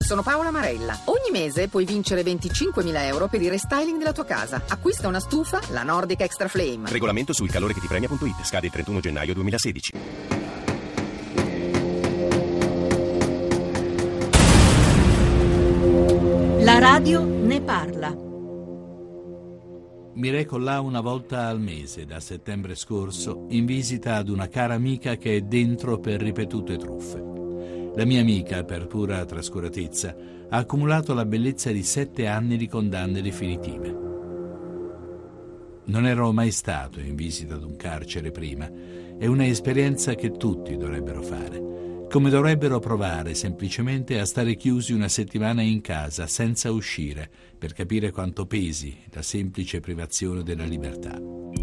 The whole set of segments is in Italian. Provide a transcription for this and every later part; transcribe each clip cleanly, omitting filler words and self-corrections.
sono Paola Marella. Ogni mese puoi vincere 25.000 euro per il restyling della tua casa. Acquista una stufa, la Nordic Extra Flame. Regolamento sul calore che ti premia.it. Scade il 31 gennaio 2016. La radio ne parla. Mi reco là una volta al mese, da settembre scorso, in visita ad una cara amica che è dentro per ripetute truffe. La mia amica, per pura trascuratezza, ha accumulato la bellezza di 7 anni di condanne definitive. Non ero mai stato in visita ad un carcere prima. È una esperienza che tutti dovrebbero fare. Come dovrebbero provare semplicemente a stare chiusi una settimana in casa senza uscire per capire quanto pesi la semplice privazione della libertà.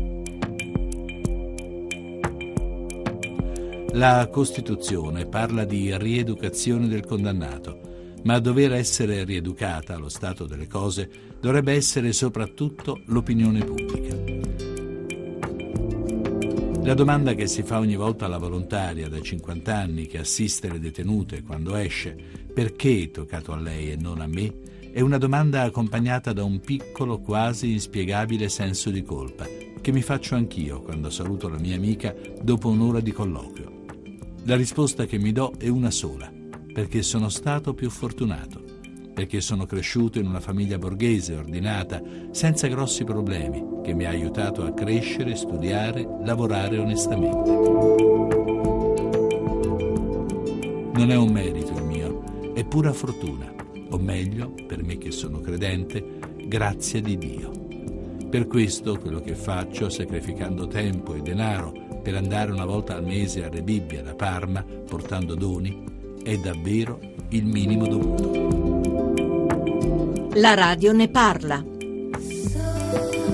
La Costituzione parla di rieducazione del condannato, ma a dover essere rieducata allo stato delle cose dovrebbe essere soprattutto l'opinione pubblica. La domanda che si fa ogni volta alla volontaria da 50 anni che assiste le detenute quando esce, perché è toccato a lei e non a me, è una domanda accompagnata da un piccolo, quasi inspiegabile senso di colpa, che mi faccio anch'io quando saluto la mia amica dopo un'ora di colloquio. La risposta che mi do è una sola, perché sono stato più fortunato, perché sono cresciuto in una famiglia borghese, ordinata, senza grossi problemi, che mi ha aiutato a crescere, studiare, lavorare onestamente. Non è un merito il mio, è pura fortuna, o meglio, per me che sono credente, grazia di Dio. Per questo quello che faccio, sacrificando tempo e denaro per andare una volta al mese a Rebibbia da Parma, portando doni, è davvero il minimo dovuto. La radio ne parla.